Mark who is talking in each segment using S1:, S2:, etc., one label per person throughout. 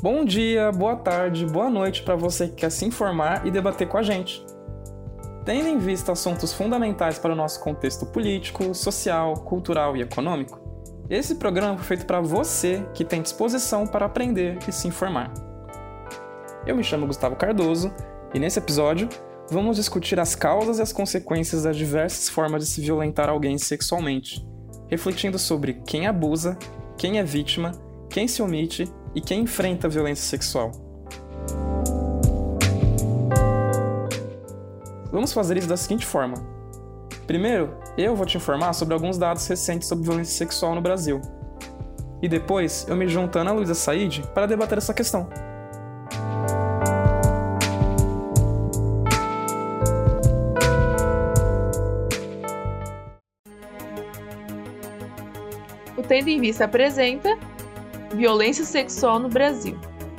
S1: Bom dia, boa tarde, boa noite para você que quer se informar e debater com a gente. Tendo em vista assuntos fundamentais para o nosso contexto político, social, cultural e econômico, esse programa foi feito para você que tem disposição para aprender e se informar. Eu me chamo Gustavo Cardoso e nesse episódio vamos discutir as causas e as consequências das diversas formas de se violentar alguém sexualmente, refletindo sobre quem abusa, quem é vítima, quem se omite e quem enfrenta a violência sexual. Vamos fazer isso da seguinte forma. Primeiro, eu vou te informar sobre alguns dados recentes sobre violência sexual no Brasil. E depois, eu me junto a Ana Luísa Said para debater essa questão.
S2: O Tendo em Vista apresenta Violência Sexual no Brasil.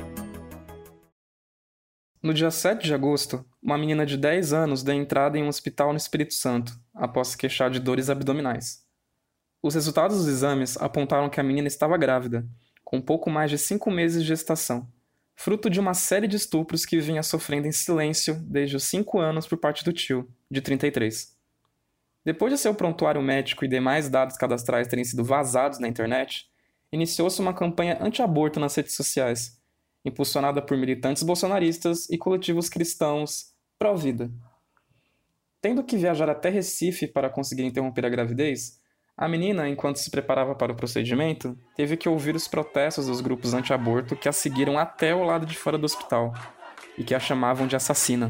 S1: No dia 7 de agosto, uma menina de 10 anos deu entrada em um hospital no Espírito Santo, após se queixar de dores abdominais. Os resultados dos exames apontaram que a menina estava grávida, com pouco mais de 5 meses de gestação, fruto de uma série de estupros que vinha sofrendo em silêncio desde os 5 anos por parte do tio, de 33. Depois de seu prontuário médico e demais dados cadastrais terem sido vazados na internet, iniciou-se uma campanha anti-aborto nas redes sociais, impulsionada por militantes bolsonaristas e coletivos cristãos pró-vida. Tendo que viajar até Recife para conseguir interromper a gravidez, a menina, enquanto se preparava para o procedimento, teve que ouvir os protestos dos grupos anti-aborto que a seguiram até o lado de fora do hospital e que a chamavam de assassina.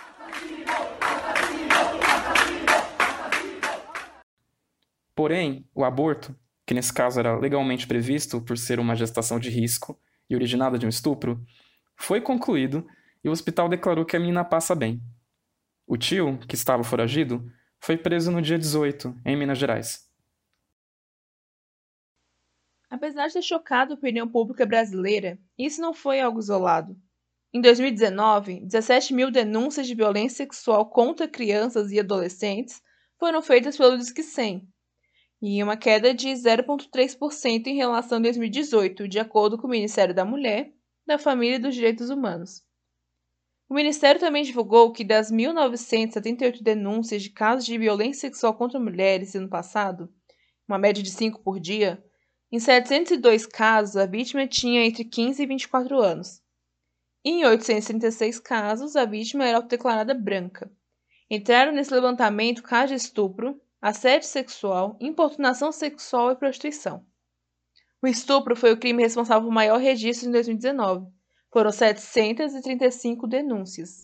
S1: Porém, o aborto, que nesse caso era legalmente previsto por ser uma gestação de risco e originada de um estupro, foi concluído e o hospital declarou que a menina passa bem. O tio, que estava foragido, foi preso no dia 18, em Minas Gerais.
S2: Apesar de ter chocado a opinião pública brasileira, isso não foi algo isolado. Em 2019, 17 mil denúncias de violência sexual contra crianças e adolescentes foram feitas pelo Disque 100, e uma queda de 0,3% em relação a 2018, de acordo com o Ministério da Mulher, da Família e dos Direitos Humanos. O Ministério também divulgou que das 1.978 denúncias de casos de violência sexual contra mulheres no ano passado, uma média de 5 por dia, em 702 casos a vítima tinha entre 15 e 24 anos. E em 836 casos, a vítima era autodeclarada branca. Entraram nesse levantamento casos de estupro, assédio sexual, importunação sexual e prostituição. O estupro foi o crime responsável por maior registro em 2019. Foram 735 denúncias.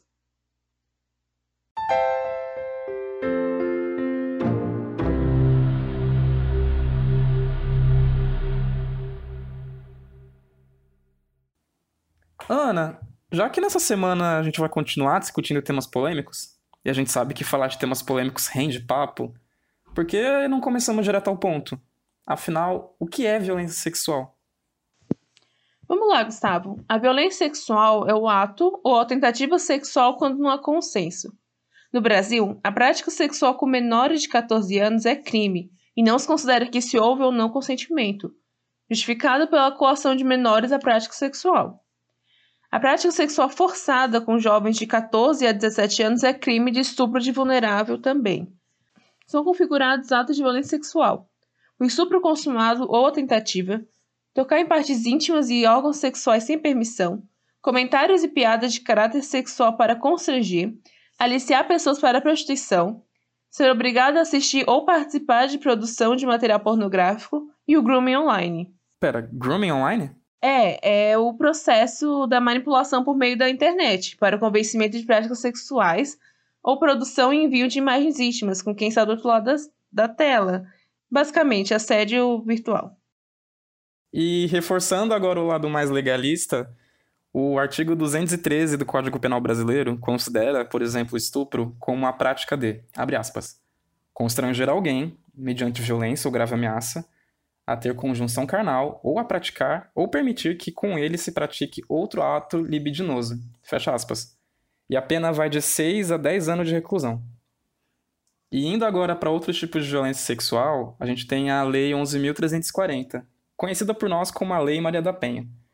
S1: Ana, já que nessa semana a gente vai continuar discutindo temas polêmicos, e a gente sabe que falar de temas polêmicos rende papo, por que não começamos direto ao ponto? Afinal, o que é violência sexual?
S2: Vamos lá, Gustavo. A violência sexual é o ato ou a tentativa sexual quando não há consenso. No Brasil, a prática sexual com menores de 14 anos é crime e não se considera que se houve ou não consentimento, justificado pela coação de menores à prática sexual. A prática sexual forçada com jovens de 14 a 17 anos é crime de estupro de vulnerável também. São configurados atos de violência sexual: o estupro consumado ou a tentativa, tocar em partes íntimas e órgãos sexuais sem permissão, comentários e piadas de caráter sexual para constranger, aliciar pessoas para a prostituição, ser obrigado a assistir ou participar de produção de material pornográfico e o grooming online.
S1: Pera, grooming online?
S2: É o processo da manipulação por meio da internet para o convencimento de práticas sexuais ou produção e envio de imagens íntimas com quem está do outro lado da tela. Basicamente, assédio virtual.
S1: E reforçando agora o lado mais legalista, o artigo 213 do Código Penal Brasileiro considera, por exemplo, o estupro como a prática de, abre aspas, constranger alguém, mediante violência ou grave ameaça, a ter conjunção carnal, ou a praticar, ou permitir que com ele se pratique outro ato libidinoso, fecha aspas. E a pena vai de 6 a 10 anos de reclusão. E indo agora para outros tipos de violência sexual, a gente tem a Lei 11.340, conhecida por nós como a Lei Maria da Penha,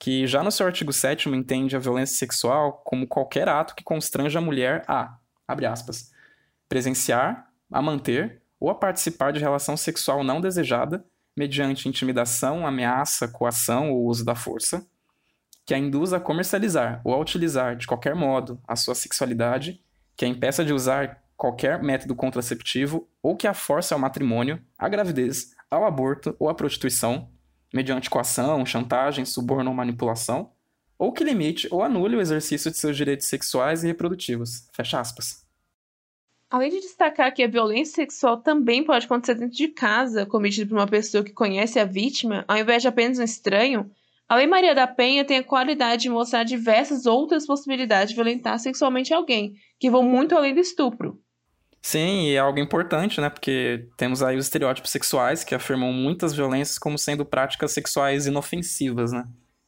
S1: que já no seu artigo 7º entende a violência sexual como qualquer ato que constrange a mulher a, abre aspas, presenciar, a manter ou a participar de relação sexual não desejada mediante intimidação, ameaça, coação ou uso da força, que a induza a comercializar ou a utilizar de qualquer modo a sua sexualidade, que a impeça de usar qualquer método contraceptivo ou que a force ao matrimônio, à gravidez, ao aborto ou à prostituição, mediante coação, chantagem, suborno ou manipulação, ou que limite ou anule o exercício de seus direitos sexuais e reprodutivos. Fecha aspas.
S2: Além de destacar que a violência sexual também pode acontecer dentro de casa, cometida por uma pessoa que conhece a vítima, ao invés de apenas um estranho, a Lei Maria da Penha tem a qualidade de mostrar diversas outras possibilidades de violentar sexualmente alguém, que vão muito além do estupro.
S1: Sim, e é algo importante, né? Porque temos aí os estereótipos sexuais que afirmam muitas violências como sendo práticas sexuais inofensivas, né?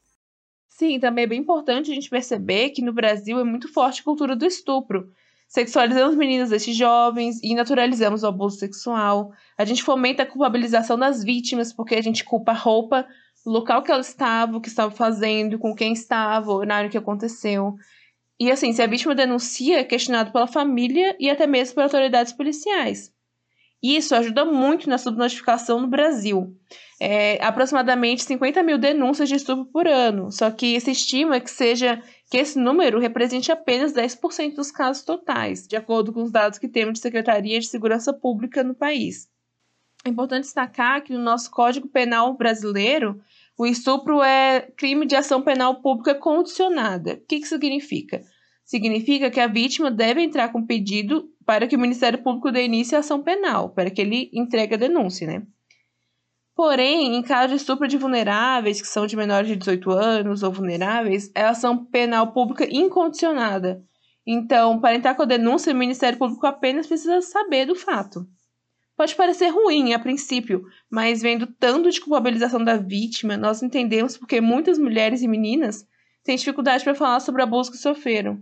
S2: Sim, também é bem importante a gente perceber que no Brasil é muito forte a cultura do estupro. Sexualizamos meninas desde jovens e naturalizamos o abuso sexual. A gente fomenta a culpabilização das vítimas porque a gente culpa a roupa, o local que ela estava, o que estava fazendo, com quem estava, o horário que aconteceu. E assim, se a vítima denuncia, é questionado pela família e até mesmo por autoridades policiais. Isso ajuda muito na subnotificação no Brasil. Aproximadamente 50 mil denúncias de estupro por ano, só que se estima que esse número represente apenas 10% dos casos totais, de acordo com os dados que temos de Secretaria de Segurança Pública no país. É importante destacar que no nosso Código Penal brasileiro, o estupro é crime de ação penal pública condicionada. O que isso significa? Significa que a vítima deve entrar com pedido para que o Ministério Público dê início à ação penal, para que ele entregue a denúncia, né? Porém, em caso de estupro de vulneráveis, que são de menores de 18 anos ou vulneráveis, é ação penal pública incondicionada. Então, para entrar com a denúncia, o Ministério Público apenas precisa saber do fato. Pode parecer ruim a princípio, mas vendo tanto de culpabilização da vítima, nós entendemos porque muitas mulheres e meninas têm dificuldade para falar sobre o abuso que sofreram.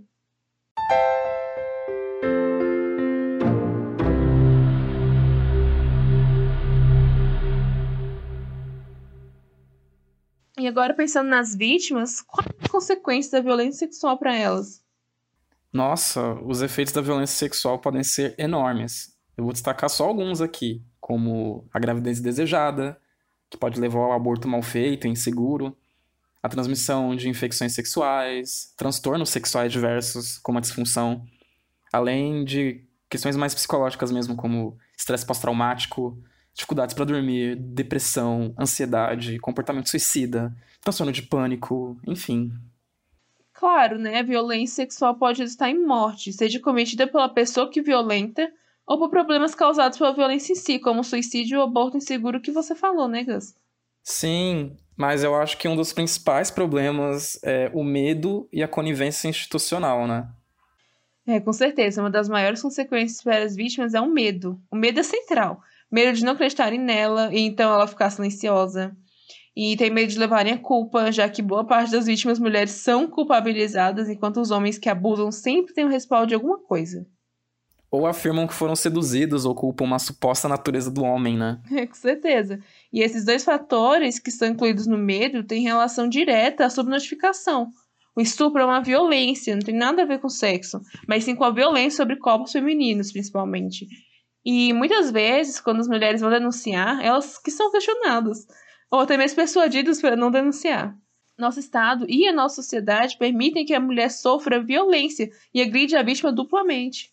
S2: E agora, pensando nas vítimas, quais as consequências da violência sexual para elas?
S1: Nossa, os efeitos da violência sexual podem ser enormes. Eu vou destacar só alguns aqui, como a gravidez indesejada, que pode levar ao aborto mal feito e inseguro, a transmissão de infecções sexuais, transtornos sexuais diversos, como a disfunção, além de questões mais psicológicas mesmo, como estresse pós-traumático, dificuldades para dormir, depressão, ansiedade, comportamento suicida, transtorno de pânico, enfim.
S2: Claro, né? A violência sexual pode resultar em morte, seja cometida pela pessoa que violenta ou por problemas causados pela violência em si, como suicídio ou aborto inseguro que você falou, né, Gus?
S1: Sim, mas eu acho que um dos principais problemas é o medo e a conivência institucional, né?
S2: Com certeza. Uma das maiores consequências para as vítimas é o medo. O medo é central. Medo de não acreditarem nela e então ela ficar silenciosa. E tem medo de levarem a culpa, já que boa parte das vítimas mulheres são culpabilizadas, enquanto os homens que abusam sempre têm o respaldo de alguma coisa.
S1: Ou afirmam que foram seduzidos ou culpam uma suposta natureza do homem, né?
S2: Com certeza. E esses dois fatores que estão incluídos no medo têm relação direta à subnotificação. O estupro é uma violência, não tem nada a ver com sexo, mas sim com a violência sobre corpos femininos, principalmente. E muitas vezes, quando as mulheres vão denunciar, elas que são questionadas, ou até mesmo persuadidas para não denunciar. Nosso Estado e a nossa sociedade permitem que a mulher sofra violência e agride a vítima duplamente.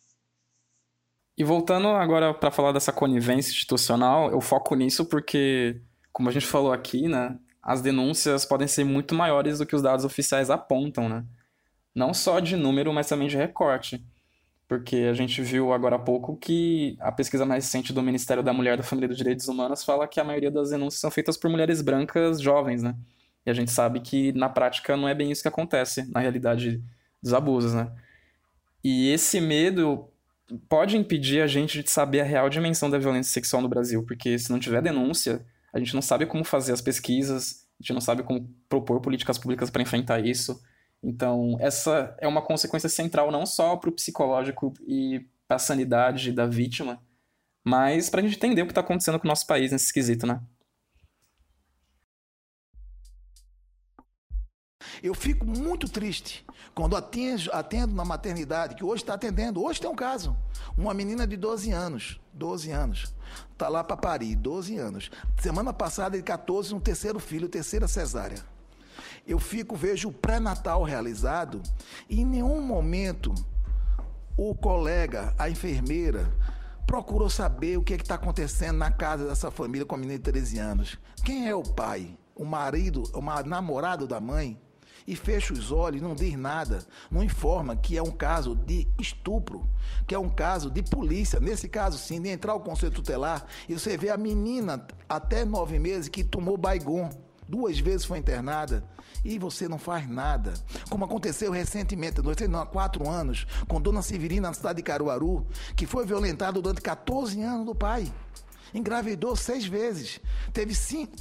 S1: E voltando agora para falar dessa conivência institucional, eu foco nisso porque, como a gente falou aqui, né, as denúncias podem ser muito maiores do que os dados oficiais apontam, né? Não só de número, mas também de recorte. Porque a gente viu agora há pouco que a pesquisa mais recente do Ministério da Mulher, da Família e dos Direitos Humanos fala que a maioria das denúncias são feitas por mulheres brancas jovens, né? E a gente sabe que na prática não é bem isso que acontece, na realidade dos abusos, né? E esse medo pode impedir a gente de saber a real dimensão da violência sexual no Brasil, porque se não tiver denúncia, a gente não sabe como fazer as pesquisas, a gente não sabe como propor políticas públicas para enfrentar isso. Então, essa é uma consequência central não só para o psicológico e para a sanidade da vítima, mas para a gente entender o que está acontecendo com o nosso país nesse quesito, né?
S3: Eu fico muito triste quando atendo na maternidade, que hoje está atendendo. Hoje tem um caso. Uma menina de 12 anos. Está lá para parir, 12 anos. Semana passada, de 14, um terceiro filho, terceira cesárea. Eu vejo o pré-natal realizado e em nenhum momento o colega, a enfermeira, procurou saber o que está acontecendo na casa dessa família com a menina de 13 anos. Quem é o pai? O marido, o namorado da mãe? E fecha os olhos, não diz nada, não informa que é um caso de estupro, que é um caso de polícia. Nesse caso, sim, de entrar o conselho tutelar, e você vê a menina até 9 meses que tomou Baygon, 2 vezes foi internada, e você não faz nada. Como aconteceu recentemente, há 4 anos, com Dona Severina na cidade de Caruaru, que foi violentada durante 14 anos do pai. Engravidou 6 vezes. Teve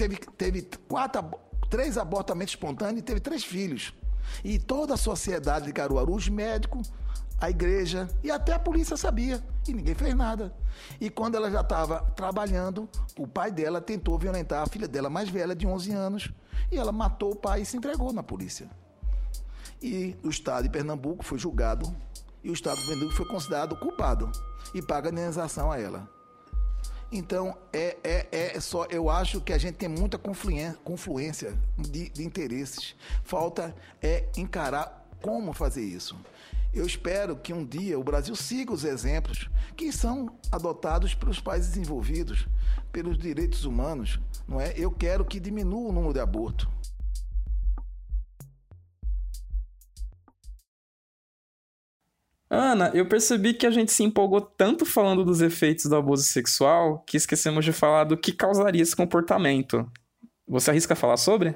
S3: 3 abortamentos espontâneos e teve 3 filhos. E toda a sociedade de Caruaru, os médicos, a igreja e até a polícia sabia. E ninguém fez nada. E quando ela já estava trabalhando, o pai dela tentou violentar a filha dela mais velha, de 11 anos. E ela matou o pai e se entregou na polícia. E o estado de Pernambuco foi julgado. E o estado de Pernambuco foi considerado culpado. E paga indenização a ela. Então, eu acho que a gente tem muita confluência de interesses. Falta encarar como fazer isso. Eu espero que um dia o Brasil siga os exemplos que são adotados pelos países desenvolvidos, pelos direitos humanos, não é? Eu quero que diminua o número de abortos.
S1: Ana, eu percebi que a gente se empolgou tanto falando dos efeitos do abuso sexual que esquecemos de falar do que causaria esse comportamento. Você arrisca falar sobre?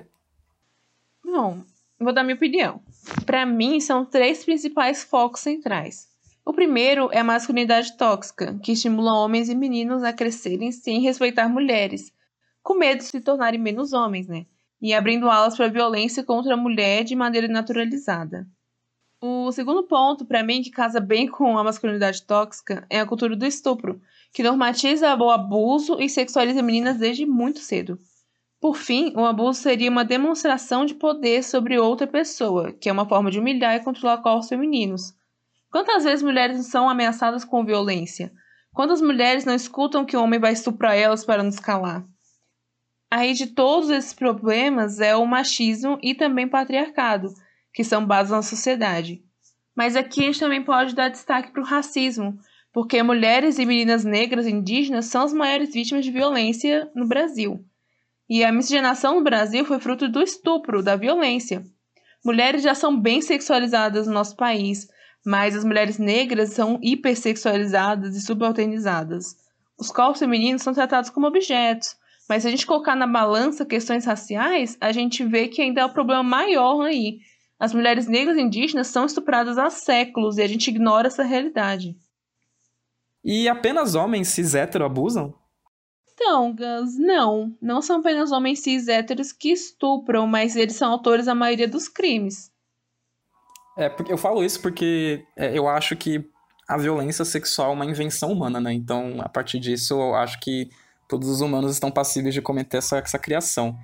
S2: Bom, vou dar minha opinião. Para mim, são 3 principais focos centrais. O primeiro é a masculinidade tóxica, que estimula homens e meninos a crescerem sem respeitar mulheres, com medo de se tornarem menos homens, né? E abrindo alas para violência contra a mulher de maneira naturalizada. O segundo ponto, para mim, que casa bem com a masculinidade tóxica, é a cultura do estupro, que normatiza o abuso e sexualiza meninas desde muito cedo. Por fim, o abuso seria uma demonstração de poder sobre outra pessoa, que é uma forma de humilhar e controlar corpos femininos. Quantas vezes mulheres não são ameaçadas com violência? Quantas mulheres não escutam que o homem vai estuprar elas para nos calar? A raiz de todos esses problemas é o machismo e também o patriarcado, que são bases na sociedade. Mas aqui a gente também pode dar destaque para o racismo, porque mulheres e meninas negras indígenas são as maiores vítimas de violência no Brasil. E a miscigenação no Brasil foi fruto do estupro, da violência. Mulheres já são bem sexualizadas no nosso país, mas as mulheres negras são hipersexualizadas e subalternizadas. Os corpos femininos são tratados como objetos, mas se a gente colocar na balança questões raciais, a gente vê que ainda é um problema maior aí. As mulheres negras indígenas são estupradas há séculos e a gente ignora essa realidade.
S1: E apenas homens cis hétero abusam?
S2: Então, Gus, não são apenas homens cis héteros que estupram, mas eles são autores da maioria dos crimes.
S1: Eu falo isso porque eu acho que a violência sexual é uma invenção humana, né? Então, a partir disso, eu acho que todos os humanos estão passíveis de cometer essa criação.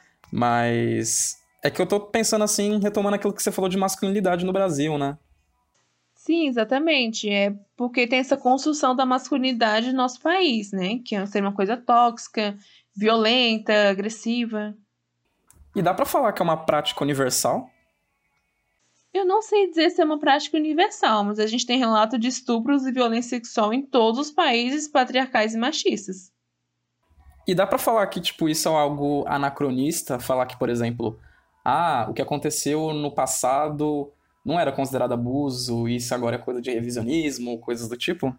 S1: Mas é que eu tô pensando assim, retomando aquilo que você falou de masculinidade no Brasil, né?
S2: Sim, exatamente. É porque tem essa construção da masculinidade no nosso país, né? Que é ser uma coisa tóxica, violenta, agressiva.
S1: E dá pra falar que é uma prática universal?
S2: Eu não sei dizer se é uma prática universal, mas a gente tem relato de estupros e violência sexual em todos os países patriarcais e machistas.
S1: E dá pra falar que, tipo, isso é algo anacronista? Falar que, por exemplo, o que aconteceu no passado não era considerado abuso, isso agora é coisa de revisionismo, coisas do tipo?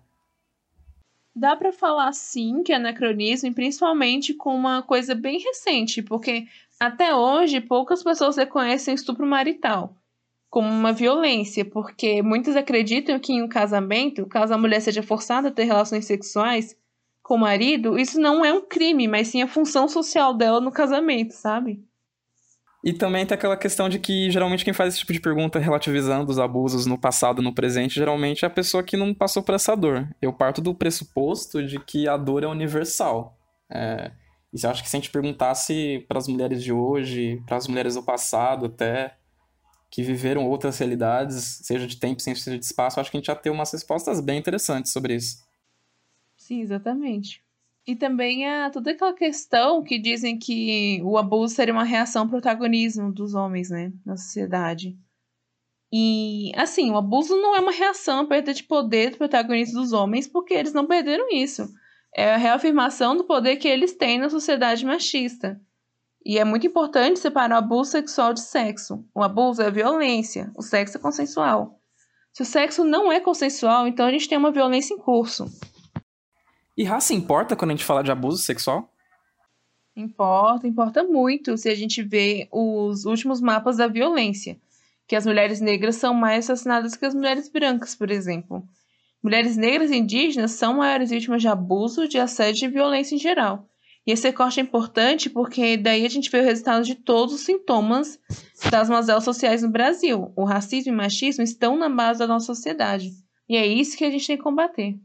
S2: Dá pra falar sim que é anacronismo, e principalmente com uma coisa bem recente, porque até hoje poucas pessoas reconhecem estupro marital como uma violência, porque muitos acreditam que em um casamento, caso a mulher seja forçada a ter relações sexuais com o marido, isso não é um crime, mas sim a função social dela no casamento, sabe?
S1: E também tem aquela questão de que, geralmente, quem faz esse tipo de pergunta relativizando os abusos no passado e no presente, geralmente é a pessoa que não passou por essa dor. Eu parto do pressuposto de que a dor é universal. E eu acho que se a gente perguntasse para as mulheres de hoje, para as mulheres do passado até, que viveram outras realidades, seja de tempo, seja de espaço, acho que a gente já tem umas respostas bem interessantes sobre isso.
S2: Sim, exatamente. E também toda aquela questão que dizem que o abuso seria uma reação ao protagonismo dos homens, né, na sociedade. E, assim, o abuso não é uma reação à perda de poder do protagonismo dos homens, porque eles não perderam isso. É a reafirmação do poder que eles têm na sociedade machista. E é muito importante separar o abuso sexual de sexo. O abuso é violência, o sexo é consensual. Se o sexo não é consensual, então a gente tem uma violência em curso.
S1: E raça importa quando a gente fala de abuso sexual?
S2: Importa muito se a gente vê os últimos mapas da violência, que as mulheres negras são mais assassinadas que as mulheres brancas, por exemplo. Mulheres negras e indígenas são maiores vítimas de abuso, de assédio e violência em geral. E esse recorte é importante porque daí a gente vê o resultado de todos os sintomas das mazelas sociais no Brasil. O racismo e o machismo estão na base da nossa sociedade. E é isso que a gente tem que combater.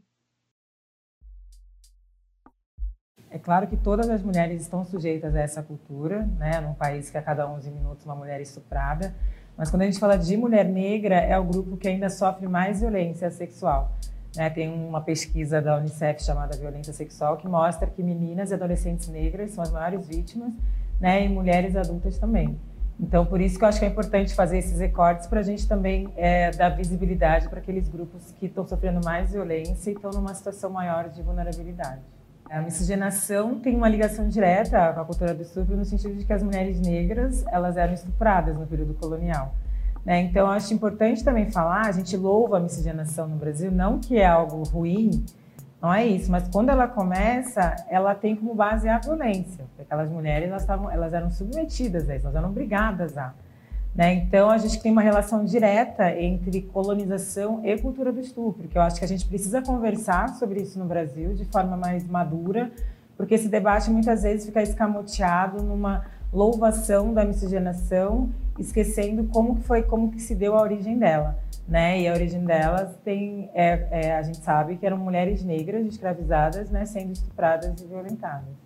S4: É claro que todas as mulheres estão sujeitas a essa cultura, né? Num país que a cada 11 minutos uma mulher é estuprada. Mas quando a gente fala de mulher negra, é o grupo que ainda sofre mais violência sexual. Né? Tem uma pesquisa da Unicef chamada Violência Sexual que mostra que meninas e adolescentes negras são as maiores vítimas, né? E mulheres adultas também. Então, por isso que eu acho que é importante fazer esses recortes para a gente também dar visibilidade para aqueles grupos que estão sofrendo mais violência e estão numa situação maior de vulnerabilidade. A miscigenação tem uma ligação direta com a cultura do estupro no sentido de que as mulheres negras elas eram estupradas no período colonial. Né? Então, acho importante também falar, a gente louva a miscigenação no Brasil, não que é algo ruim, não é isso, mas quando ela começa, ela tem como base a violência. Porque aquelas mulheres elas eram submetidas a isso, elas eram obrigadas a. Né? Então, a gente tem uma relação direta entre colonização e cultura do estupro, que eu acho que a gente precisa conversar sobre isso no Brasil de forma mais madura, porque esse debate muitas vezes fica escamoteado numa louvação da miscigenação, esquecendo como que se deu a origem dela. Né? E a origem delas a gente sabe que eram mulheres negras escravizadas, né, sendo estupradas e violentadas.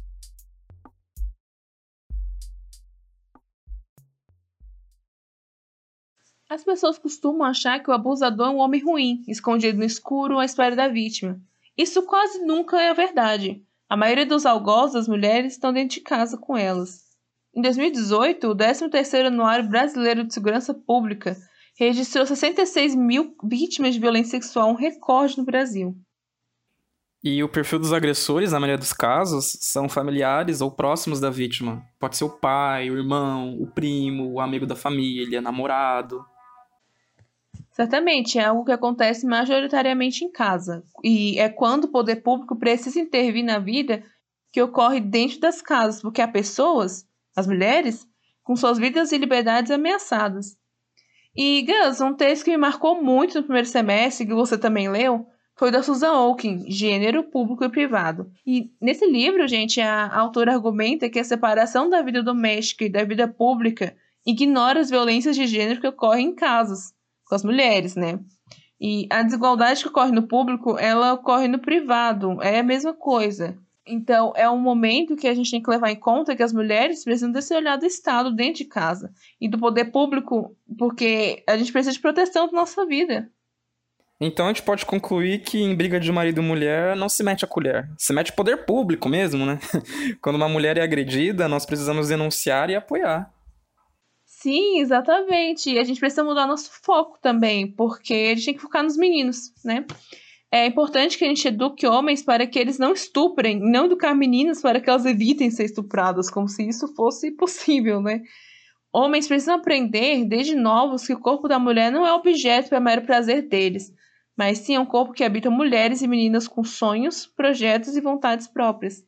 S2: As pessoas costumam achar que o abusador é um homem ruim, escondido no escuro à espera da vítima. Isso quase nunca é verdade. A maioria dos algozes das mulheres estão dentro de casa com elas. Em 2018, o 13º Anuário Brasileiro de Segurança Pública registrou 66 mil vítimas de violência sexual, um recorde no Brasil.
S1: E o perfil dos agressores, na maioria dos casos, são familiares ou próximos da vítima. Pode ser o pai, o irmão, o primo, o amigo da família, namorado.
S2: Certamente, é algo que acontece majoritariamente em casa. E é quando o poder público precisa intervir na vida que ocorre dentro das casas, porque há pessoas, as mulheres, com suas vidas e liberdades ameaçadas. E, Gus, um texto que me marcou muito no primeiro semestre, que você também leu, foi da Susan Okin, Gênero, Público e Privado. E nesse livro, gente, a autora argumenta que a separação da vida doméstica e da vida pública ignora as violências de gênero que ocorrem em casas, com as mulheres, né? E a desigualdade que ocorre no público, ela ocorre no privado, é a mesma coisa. Então, é um momento que a gente tem que levar em conta que as mulheres precisam desse olhar do Estado dentro de casa e do poder público, porque a gente precisa de proteção da nossa vida.
S1: Então a gente pode concluir que em briga de marido e mulher não se mete a colher, se mete o poder público mesmo, né? Quando uma mulher é agredida, nós precisamos denunciar e apoiar.
S2: Sim, exatamente. E a gente precisa mudar nosso foco também, porque a gente tem que focar nos meninos, né? É importante que a gente eduque homens para que eles não estuprem, não educar meninas para que elas evitem ser estupradas, como se isso fosse possível, né? Homens precisam aprender, desde novos, que o corpo da mulher não é objeto para mero prazer deles, mas sim é um corpo que habita mulheres e meninas com sonhos, projetos e vontades próprias.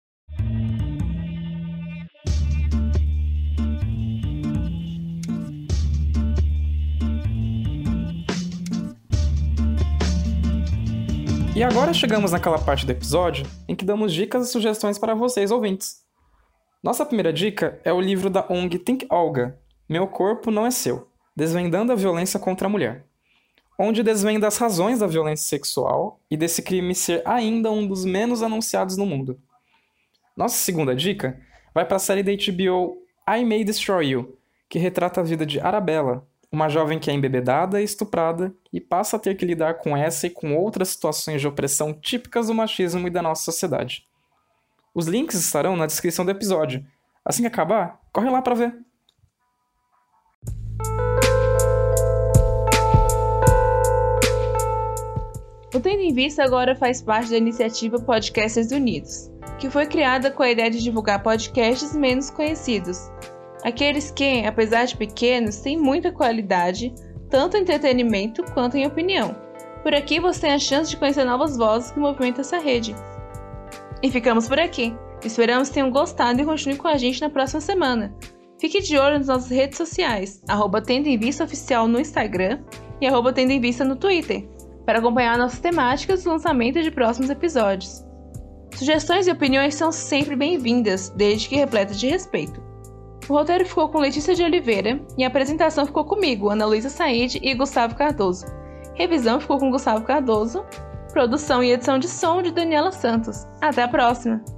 S1: E agora chegamos naquela parte do episódio em que damos dicas e sugestões para vocês, ouvintes. Nossa primeira dica é o livro da ONG Think Olga, Meu Corpo Não É Seu, Desvendando a Violência contra a Mulher, onde desvenda as razões da violência sexual e desse crime ser ainda um dos menos anunciados no mundo. Nossa segunda dica vai para a série da HBO I May Destroy You, que retrata a vida de Arabella, uma jovem que é embebedada e estuprada e passa a ter que lidar com essa e com outras situações de opressão típicas do machismo e da nossa sociedade. Os links estarão na descrição do episódio. Assim que acabar, corre lá para ver!
S2: O Tendo em Vista agora faz parte da iniciativa Podcasters Unidos, que foi criada com a ideia de divulgar podcasts menos conhecidos. Aqueles que, apesar de pequenos, têm muita qualidade, tanto em entretenimento quanto em opinião. Por aqui você tem a chance de conhecer novas vozes que movimentam essa rede. E ficamos por aqui. Esperamos que tenham gostado e continuem com a gente na próxima semana. Fique de olho nas nossas redes sociais, @Tendo em Vista Oficial no Instagram e @Tendo em Vista no Twitter, para acompanhar nossas temáticas e lançamento de próximos episódios. Sugestões e opiniões são sempre bem-vindas, desde que repletas de respeito. O roteiro ficou com Letícia de Oliveira e a apresentação ficou comigo, Ana Luísa Said e Gustavo Cardoso. Revisão ficou com Gustavo Cardoso. Produção e edição de som de Daniela Santos. Até a próxima!